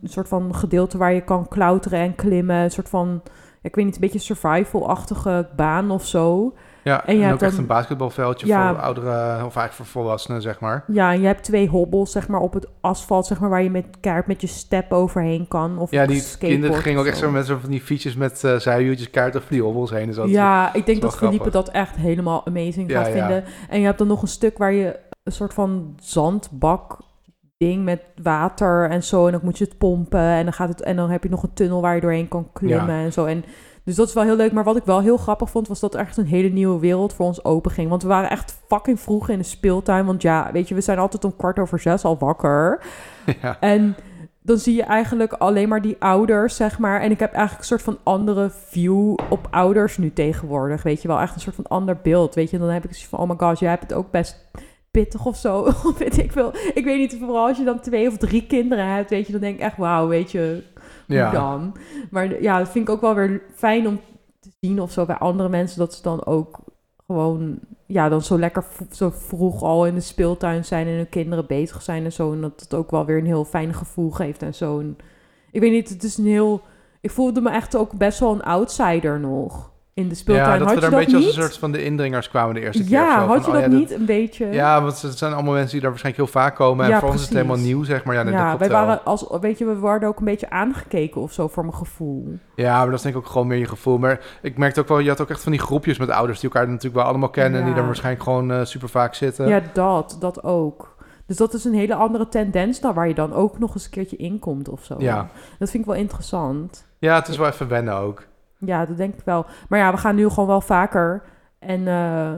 B: soort van gedeelte waar je kan klauteren en klimmen. Een soort van, ja, ik weet niet, een beetje survival-achtige baan of zo.
A: Ja, en,
B: en je
A: en
B: hebt
A: ook echt
B: dan,
A: een basketbalveldje
B: ja,
A: voor ouderen, of eigenlijk voor volwassenen, zeg maar.
B: Ja, en je hebt twee hobbels, zeg maar, op het asfalt, zeg maar, waar je met kaart met je step overheen kan. Of
A: ja, die kinderen gingen ook echt zo met zo van die fietsjes met uh, zijwieltjes kaart over die hobbels heen. Dus dat
B: ja, ik denk dat
A: Felipe
B: Felipe dat echt helemaal amazing
A: ja,
B: gaat
A: ja.
B: vinden. En je hebt dan nog een stuk waar je een soort van zandbak ding met water en zo. En dan moet je het pompen en dan gaat het en dan heb je nog een tunnel waar je doorheen kan klimmen ja. en zo. En dus dat is wel heel leuk. Maar wat ik wel heel grappig vond, was dat er echt een hele nieuwe wereld voor ons open ging. Want we waren echt fucking vroeg in de speeltuin. Want ja, weet je, we zijn altijd om kwart over zes al wakker.
A: Ja.
B: En dan zie je eigenlijk alleen maar die ouders, zeg maar. En ik heb eigenlijk een soort van andere view op ouders nu tegenwoordig. Weet je wel, echt een soort van ander beeld. Weet je, en dan heb ik zoiets van, oh my god, jij hebt het ook best pittig of zo. weet ik wel. Ik weet niet, vooral als je dan twee of drie kinderen hebt, weet je, dan denk ik echt, wauw, weet je, hoe ja. dan? Maar ja, dat vind ik ook wel weer fijn om te zien of zo bij andere mensen, dat ze dan ook gewoon, ja, dan zo lekker v- zo vroeg al in de speeltuin zijn en hun kinderen bezig zijn en zo. En dat het ook wel weer een heel fijn gevoel geeft en zo. En ik weet niet, het is een heel, ik voelde me echt ook best wel een outsider nog. In de speeltuin.
A: Ja, dat
B: had
A: we daar
B: je
A: een beetje
B: niet?
A: als een soort van de indringers kwamen de eerste keer.
B: Ja,
A: zo,
B: had
A: van,
B: je
A: oh,
B: dat
A: ja,
B: niet een beetje?
A: Ja, want het zijn allemaal mensen die daar waarschijnlijk heel vaak komen. En
B: ja,
A: voor ons is het helemaal nieuw, zeg maar. Ja, nee,
B: ja
A: dat
B: wij
A: wel.
B: waren als, weet je, we worden ook een beetje aangekeken of zo, voor mijn gevoel.
A: Ja, maar dat is denk ik ook gewoon meer je gevoel. Maar ik merkte ook wel, je had ook echt van die groepjes met ouders die elkaar natuurlijk wel allemaal kennen. Ja. En die daar waarschijnlijk gewoon uh, super vaak zitten.
B: Ja, dat, dat ook. Dus dat is een hele andere tendens dan waar je dan ook nog eens een keertje in komt of zo.
A: Ja.
B: Dat vind ik wel interessant.
A: Ja, het is wel even wennen ook.
B: Ja, dat denk ik wel. Maar ja, we gaan nu gewoon wel vaker. En uh,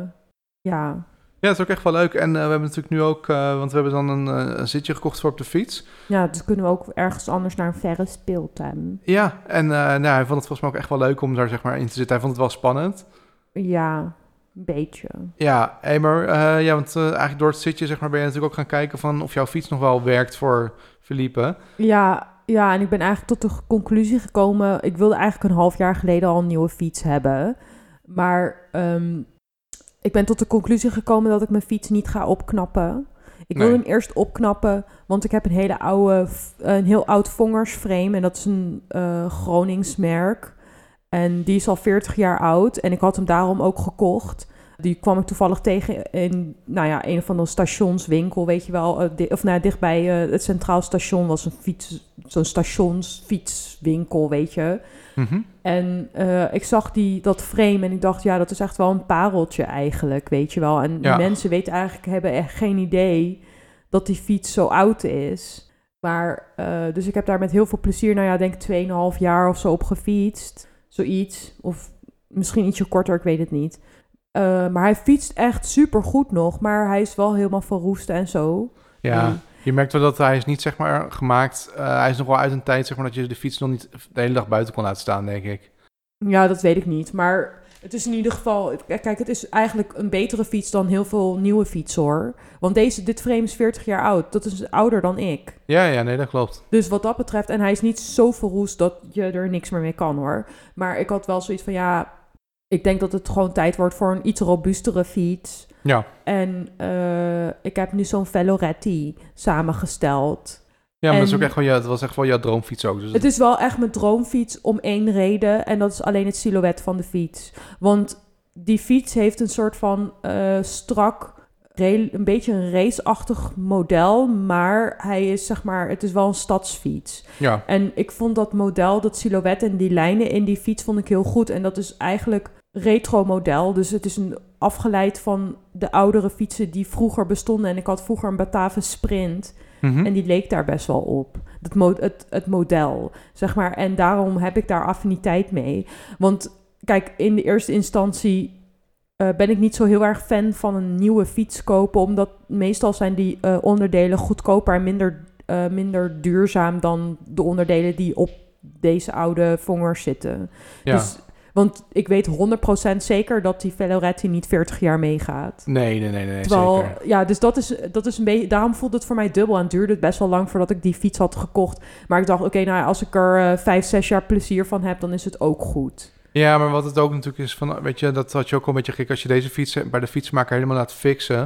B: ja.
A: Ja, dat is ook echt wel leuk. En uh, we hebben natuurlijk nu ook, uh, want we hebben dan een, uh, een zitje gekocht voor op de fiets.
B: Ja, dus kunnen we ook ergens anders naar een verre speeltuin.
A: Ja, en uh, nou, hij vond het volgens mij ook echt wel leuk om daar zeg maar in te zitten. Hij vond het wel spannend.
B: Ja, een beetje.
A: Ja, hey, maar uh, ja, want uh, eigenlijk door het zitje zeg maar ben je natuurlijk ook gaan kijken van of jouw fiets nog wel werkt voor Felipe.
B: Ja, ja, en ik ben eigenlijk tot de conclusie gekomen, ik wilde eigenlijk een half jaar geleden al een nieuwe fiets hebben. Maar um, ik ben tot de conclusie gekomen dat ik mijn fiets niet ga opknappen. Ik wil nee. hem eerst opknappen, want ik heb een hele oude, een heel oud Vongersframe en dat is een uh, Gronings merk. En die is al veertig jaar oud en ik had hem daarom ook gekocht. Die kwam ik toevallig tegen in, nou ja, een van de stationswinkel, weet je wel. Uh, di- of nou, dichtbij uh, het Centraal Station was een fiets, zo'n stationsfietswinkel, weet je.
A: Mm-hmm.
B: En uh, ik zag die, dat frame en ik dacht, ja, dat is echt wel een pareltje eigenlijk, weet je wel. En ja. die mensen weten eigenlijk, hebben echt geen idee dat die fiets zo oud is. Maar, uh, dus ik heb daar met heel veel plezier, nou ja, denk ik tweeënhalf jaar of zo op gefietst. Zoiets. Of misschien ietsje korter, ik weet het niet. Uh, maar hij fietst echt super goed nog, maar hij is wel helemaal verroest en zo.
A: Ja,
B: en,
A: je merkt wel dat hij is niet zeg maar gemaakt. Uh, hij is nog wel uit een tijd zeg maar dat je de fiets nog niet de hele dag buiten kon laten staan, denk ik.
B: Ja, dat weet ik niet. Maar het is in ieder geval, kijk, het is eigenlijk een betere fiets dan heel veel nieuwe fietsen, hoor. Want deze, dit frame is veertig jaar oud. Dat is ouder dan ik.
A: Ja, ja, nee, dat klopt.
B: Dus wat dat betreft, en hij is niet zo verroest dat je er niks meer mee kan, hoor. Maar ik had wel zoiets van, ja, ik denk dat het gewoon tijd wordt voor een iets robuustere fiets.
A: Ja.
B: En uh, ik heb nu zo'n Veloretti samengesteld.
A: Ja, maar
B: en
A: dat is ook echt wel, ja, het was echt wel jouw droomfiets ook. Dus
B: het is wel echt mijn droomfiets om één reden. En dat is alleen het silhouet van de fiets. Want die fiets heeft een soort van uh, strak, re- een beetje een raceachtig model. Maar hij is, zeg maar, het is wel een stadsfiets.
A: Ja.
B: En ik vond dat model, dat silhouet en die lijnen in die fiets vond ik heel goed. En dat is eigenlijk retro model. Dus het is een afgeleid van de oudere fietsen die vroeger bestonden. En ik had vroeger een Batavus Sprint. Mm-hmm. En die leek daar best wel op. Het, mo- het, het model, zeg maar. En daarom heb ik daar affiniteit mee. Want kijk, in de eerste instantie uh, ben ik niet zo heel erg fan van een nieuwe fiets kopen. Omdat meestal zijn die uh, onderdelen goedkoper en minder, uh, minder duurzaam dan de onderdelen die op deze oude Vongers zitten.
A: Ja.
B: Dus, want ik weet honderd procent zeker dat die Veloretti niet veertig jaar meegaat.
A: Nee, nee, nee, nee,
B: Terwijl,
A: zeker.
B: Ja, dus dat is, dat is een beetje, daarom voelde het voor mij dubbel. En het duurde het best wel lang voordat ik die fiets had gekocht. Maar ik dacht, oké, okay, nou ja, als ik er uh, vijf, zes jaar plezier van heb, dan is het ook goed.
A: Ja, maar wat het ook natuurlijk is van, weet je, dat had je ook al een beetje gek als je deze fiets bij de fietsmaker helemaal laat fixen.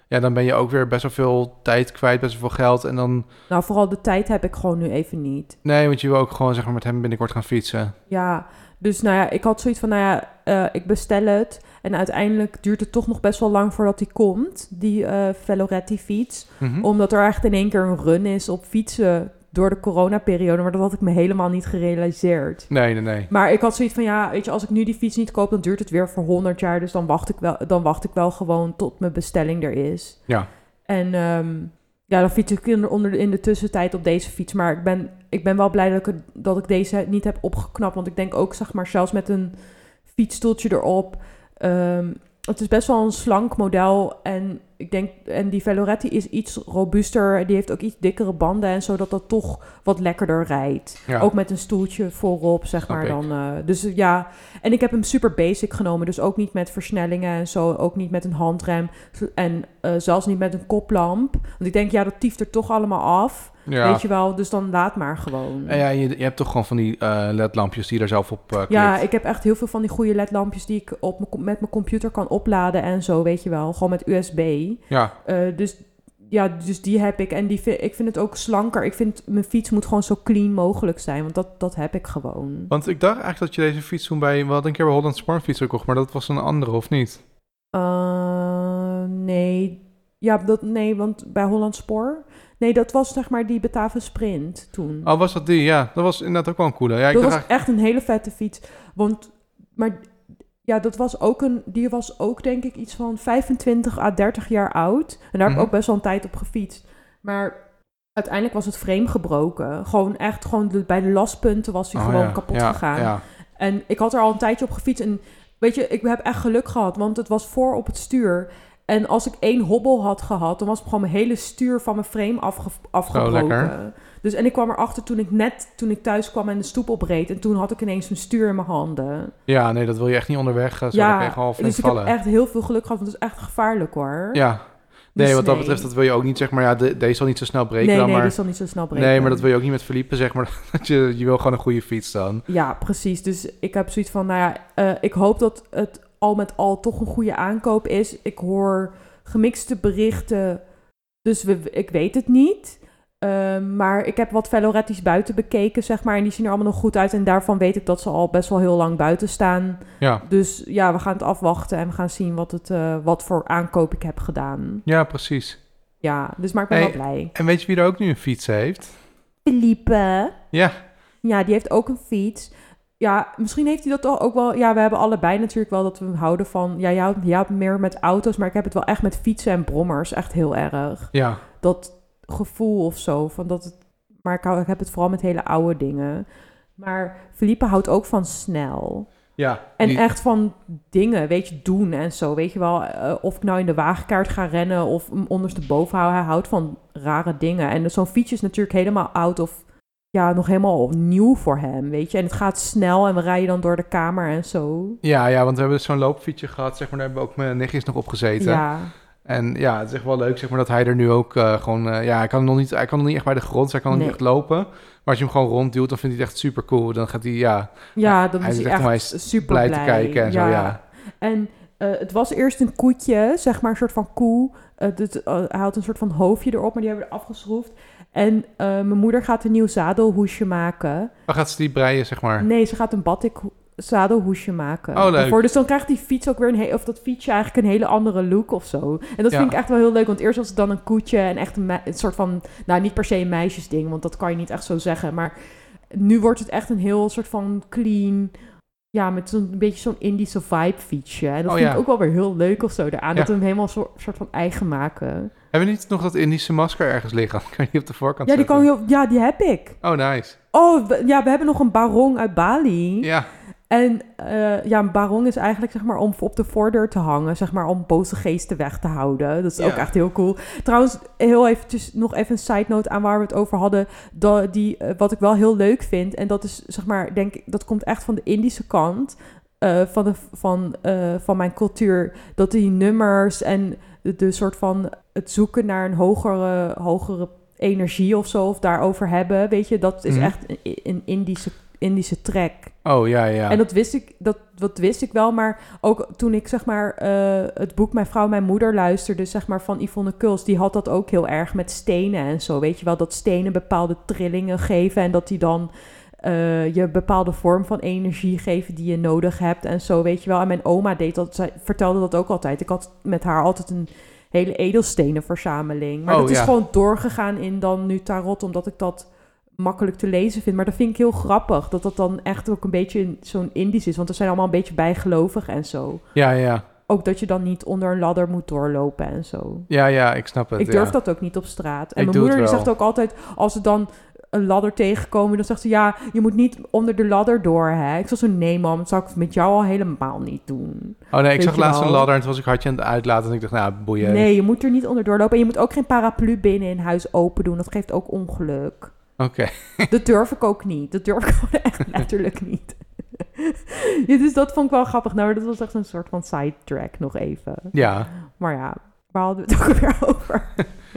A: ja, dan ben je ook weer best wel veel tijd kwijt, best wel veel geld. En dan...
B: Nou, vooral de tijd heb ik gewoon nu even niet.
A: Nee, want je wil ook gewoon zeg maar met hem binnenkort gaan fietsen.
B: Ja, dus nou ja, ik had zoiets van, nou ja, uh, ik bestel het. En uiteindelijk duurt het toch nog best wel lang voordat die komt, die uh, Veloretti fiets.
A: Mm-hmm.
B: Omdat er echt in één keer een run is op fietsen door de coronaperiode. Maar dat had ik me helemaal niet gerealiseerd.
A: Nee, nee, nee.
B: Maar ik had zoiets van, ja, weet je, als ik nu die fiets niet koop, dan duurt het weer voor honderd jaar. Dus dan wacht ik wel, dan wacht ik wel gewoon tot mijn bestelling er is.
A: Ja.
B: En um, ja, dan fiets ik in, onder de, in de tussentijd op deze fiets. Maar ik ben, ik ben wel blij dat ik, dat ik deze niet heb opgeknapt. Want ik denk ook, zeg maar, zelfs met een fietsstoeltje erop. Um, het is best wel een slank model. En ik denk, en die Veloretti is iets robuuster. Die heeft ook iets dikkere banden en zo, dat dat toch wat lekkerder rijdt.
A: Ja.
B: Ook met een stoeltje voorop, zeg
A: Snap
B: maar
A: ik.
B: dan. Uh, dus uh, ja, en ik heb hem super basic genomen. Dus ook niet met versnellingen en zo. Ook niet met een handrem. En uh, zelfs niet met een koplamp. Want ik denk, ja, dat tieft er toch allemaal af.
A: Ja.
B: Weet je wel, dus dan laat maar gewoon.
A: En ja, je, je hebt toch gewoon van die uh, L E D-lampjes die je er zelf op uh, klikt.
B: Ja, ik heb echt heel veel van die goede L E D-lampjes die ik op m- met mijn computer kan opladen en zo, weet je wel. Gewoon met U S B.
A: Ja.
B: Uh, dus ja, dus die heb ik. En die vind, ik vind het ook slanker. Ik vind mijn fiets moet gewoon zo clean mogelijk zijn, want dat, dat heb ik gewoon.
A: Want ik dacht eigenlijk dat je deze fiets toen bij... We hadden een keer bij Holland Sport fiets gekocht, maar dat was een andere, of niet?
B: Uh, nee. Ja, dat, nee, want bij Holland Spoor... Nee, dat was zeg maar die Batavus Sprint toen.
A: Oh, was dat die? Ja, dat was inderdaad ook wel een coole. Ja, ik
B: dat
A: dacht
B: was
A: eigenlijk...
B: echt een hele vette fiets. Want, maar ja, dat was ook een... Die was ook denk ik iets van vijfentwintig à dertig jaar oud. En daar heb
A: Mm-hmm.
B: ik ook best wel een tijd op gefietst. Maar uiteindelijk was het frame gebroken. Gewoon echt, gewoon de, bij de laspunten was hij
A: oh,
B: gewoon
A: ja.
B: kapot
A: ja,
B: gegaan.
A: Ja.
B: En ik had er al een tijdje op gefietst. En weet je, ik heb echt geluk gehad. Want het was voor op het stuur. En als ik één hobbel had gehad, dan was gewoon mijn hele stuur van mijn frame afge- afgebroken. Dus, en ik kwam erachter toen ik net, toen ik thuis kwam en de stoep opreed. En toen had ik ineens mijn stuur in mijn handen.
A: Ja, nee, dat wil je echt niet onderweg. Zo
B: ja,
A: echt al flink
B: dus ik
A: vallen.
B: heb echt heel veel geluk gehad, want het is echt gevaarlijk hoor.
A: Ja, nee,
B: dus
A: wat dat
B: nee.
A: betreft, dat wil je ook niet, zeg maar, ja, de, deze zal niet zo snel breken
B: Nee,
A: dan,
B: nee,
A: maar...
B: die zal niet zo snel breken.
A: Nee, maar dat wil je ook niet met Felipe, zeg maar, dat je, je wil gewoon een goede fiets dan.
B: Ja, precies. Dus ik heb zoiets van, nou ja, uh, ik hoop dat het al met al toch een goede aankoop is. Ik hoor gemixte berichten, dus we, ik weet het niet. Uh, maar ik heb wat Veloretti's buiten bekeken, zeg maar. En die zien er allemaal nog goed uit. En daarvan weet ik dat ze al best wel heel lang buiten staan.
A: Ja.
B: Dus ja, we gaan het afwachten en we gaan zien wat, het, uh, wat voor aankoop ik heb gedaan.
A: Ja, precies.
B: Ja, dus maar ik ben
A: hey,
B: wel blij.
A: En weet je wie er ook nu een fiets heeft?
B: Felipe.
A: Ja.
B: Ja, die heeft ook een fiets. Ja, misschien heeft hij dat toch ook wel... Ja, we hebben allebei natuurlijk wel dat we houden van... Ja, jij houdt, jij houdt meer met auto's, maar ik heb het wel echt met fietsen en brommers. Echt heel erg.
A: Ja.
B: Dat gevoel of zo. Van dat het, maar ik, hou, ik heb het vooral met hele oude dingen. Maar Felipe houdt ook van snel.
A: Ja.
B: En
A: die...
B: echt van dingen, weet je, doen en zo. Weet je wel, uh, of ik nou in de wagenkaart ga rennen of hem ondersteboven hou. Hij houdt van rare dingen. En zo'n fiets is natuurlijk helemaal oud of... Ja, nog helemaal nieuw voor hem, weet je. En het gaat snel en we rijden dan door de kamer en zo.
A: Ja, ja, want we hebben zo'n loopfietsje gehad, zeg maar. Daar hebben we ook mijn nichtjes nog op gezeten.
B: Ja.
A: En ja, het is echt wel leuk, zeg maar, dat hij er nu ook uh, gewoon... Uh, ja, hij kan, nog niet, hij kan nog niet echt bij de grond, dus hij kan nog
B: nee.
A: niet echt lopen. Maar als je hem gewoon rondduwt, dan vindt hij het echt super cool. Dan gaat hij, ja...
B: Ja, dan
A: hij
B: is
A: is
B: hij
A: echt,
B: echt, echt super
A: blij,
B: blij
A: te kijken en
B: ja.
A: zo, ja.
B: En uh, het was eerst een koetje, zeg maar, een soort van koe. Uh, dit, uh, hij had een soort van hoofdje erop, maar die hebben we er afgeschroefd. En uh, mijn moeder gaat een nieuw zadelhoesje maken.
A: Waar gaat ze die breien, zeg maar?
B: Nee, ze gaat een batik zadelhoesje maken.
A: Oh, leuk.
B: Daarvoor. Dus dan krijgt die fiets ook weer een... He- of dat fietsje eigenlijk een hele andere look of zo. En dat
A: ja.
B: vind ik echt wel heel leuk. Want eerst was het dan een koetje en echt een, me- een soort van... Nou, niet per se een meisjesding, want dat kan je niet echt zo zeggen. Maar nu wordt het echt een heel soort van clean... Ja, met zo'n een beetje zo'n Indische vibe fietsje. En dat
A: oh,
B: vind
A: ja.
B: ik ook wel weer heel leuk of zo daaraan.
A: Ja.
B: Dat we hem helemaal een soort, soort van eigen maken.
A: Hebben we niet nog dat Indische masker ergens liggen? Kan je die op de voorkant
B: Ja, die,
A: zetten?
B: kan heel, ja, die heb ik.
A: Oh, nice.
B: Oh, we, ja, we hebben nog een barong uit Bali.
A: Ja.
B: En uh, ja, een barong is eigenlijk zeg maar om op de voordeur te hangen, zeg maar om boze geesten weg te houden. Dat is
A: ja.
B: ook echt heel cool. Trouwens, heel eventjes nog even een side note aan waar we het over hadden. Dat die, uh, wat ik wel heel leuk vind, en dat is zeg maar, denk ik, dat komt echt van de Indische kant uh, van, de, van, uh, van mijn cultuur. Dat die nummers en de, de soort van het zoeken naar een hogere, hogere energie of zo, of daarover hebben, weet je, dat is mm. echt een, een Indische Indische trek.
A: Oh, ja, ja.
B: En dat wist ik, dat, dat wist ik wel, maar ook toen ik zeg maar uh, het boek Mijn Vrouw, Mijn Moeder luisterde, zeg maar van Yvonne Kuls, die had dat ook heel erg met stenen en zo. Weet je wel, dat stenen bepaalde trillingen geven en dat die dan uh, je een bepaalde vorm van energie geven die je nodig hebt en zo, weet je wel. En mijn oma deed dat, zij vertelde dat ook altijd. Ik had met haar altijd een hele edelstenenverzameling. Maar
A: oh,
B: dat is
A: ja.
B: gewoon doorgegaan in dan nu tarot, omdat ik dat makkelijk te lezen vind. Maar dat vind ik heel grappig, dat dat dan echt ook een beetje zo'n Indisch is. Want er zijn allemaal een beetje bijgelovig en zo.
A: Ja, ja.
B: Ook dat je dan niet onder een ladder moet doorlopen en zo.
A: Ja, ja, ik snap het.
B: Ik durf
A: ja.
B: dat ook niet op straat. En
A: Ik
B: mijn
A: doe
B: moeder die
A: het
B: zegt ook altijd, als ze dan een ladder tegenkomen, dan zegt ze, ja, je moet niet onder de ladder door, hè. Ik zeg zo, nee mam, dat zou ik met jou al helemaal niet doen.
A: Oh nee, ik
B: Weet
A: zag
B: je
A: laatst
B: wel?
A: een ladder en toen was ik hartje aan het uitlaten en ik dacht, nou, boeien.
B: Nee, je moet er niet onder doorlopen. En je moet ook geen paraplu binnen in huis open doen. Dat geeft ook ongeluk.
A: Oké. Okay.
B: Dat durf ik ook niet. Dat durf ik gewoon echt letterlijk niet. Ja, dus dat vond ik wel grappig. Nou, dat was echt een soort van sidetrack nog even.
A: Ja.
B: Maar ja, waar hadden we het ook weer over?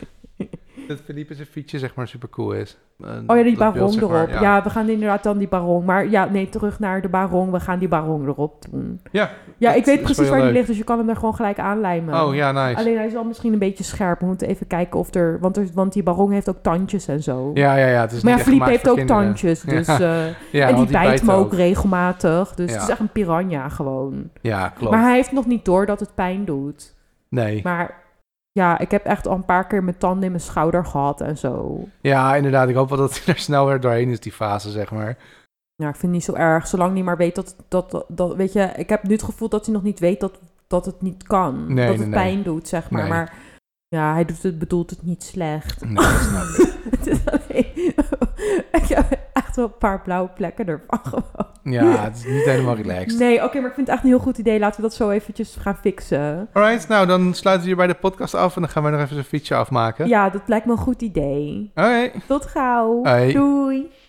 A: Dat Philippe zijn fietsje zeg maar super cool is. Uh,
B: Oh ja, die
A: dat
B: baron
A: beeld, zeg
B: erop.
A: maar,
B: ja.
A: ja.
B: we gaan inderdaad dan die baron. Maar ja, nee, terug naar de baron. We gaan die baron erop doen.
A: Ja,
B: Ja, ik weet
A: is
B: precies
A: wel
B: waar die
A: leuk.
B: ligt, dus je kan hem er gewoon gelijk aanlijmen.
A: Oh ja, nice.
B: Alleen hij is wel misschien een beetje scherp. We moeten even kijken of er... Want, er, want die baron heeft ook tandjes en zo.
A: Ja, ja, ja. Het is
B: Maar ja,
A: niet echt
B: Philippe
A: gemaakt
B: heeft
A: voor
B: ook
A: kinderen.
B: tandjes. Dus,
A: Ja.
B: uh,
A: Ja,
B: en die
A: want
B: bijt me ook
A: ook.
B: regelmatig. Dus
A: Ja.
B: het is echt een piranha gewoon.
A: Ja, klopt.
B: Maar hij heeft nog niet door dat het pijn doet.
A: Nee.
B: Maar ja, ik heb echt al een paar keer mijn tanden in mijn schouder gehad en zo.
A: Ja, inderdaad. Ik hoop wel dat hij er snel weer doorheen is, die fase, zeg maar.
B: Ja, ik vind het niet zo erg. Zolang hij maar weet dat, dat, dat, dat... Weet je, ik heb nu het gevoel dat hij nog niet weet dat, dat het niet kan.
A: Nee,
B: dat
A: nee,
B: het
A: nee.
B: pijn doet, zeg maar.
A: Nee.
B: Maar ja, hij doet het, bedoelt het niet slecht.
A: Nee, dat snap ik.
B: Het is alleen... ik heb echt wel een paar blauwe plekken ervan gewoon.
A: Ja, het is niet helemaal relaxed.
B: Nee, oké, okay, maar ik vind het echt een heel goed idee. Laten we dat zo eventjes gaan fixen.
A: Alright, nou dan sluiten we hier bij de podcast af en dan gaan we nog even zo'n fietsje afmaken.
B: Ja, dat lijkt me een goed idee.
A: Oké.
B: Tot gauw.
A: Hoi.
B: Doei.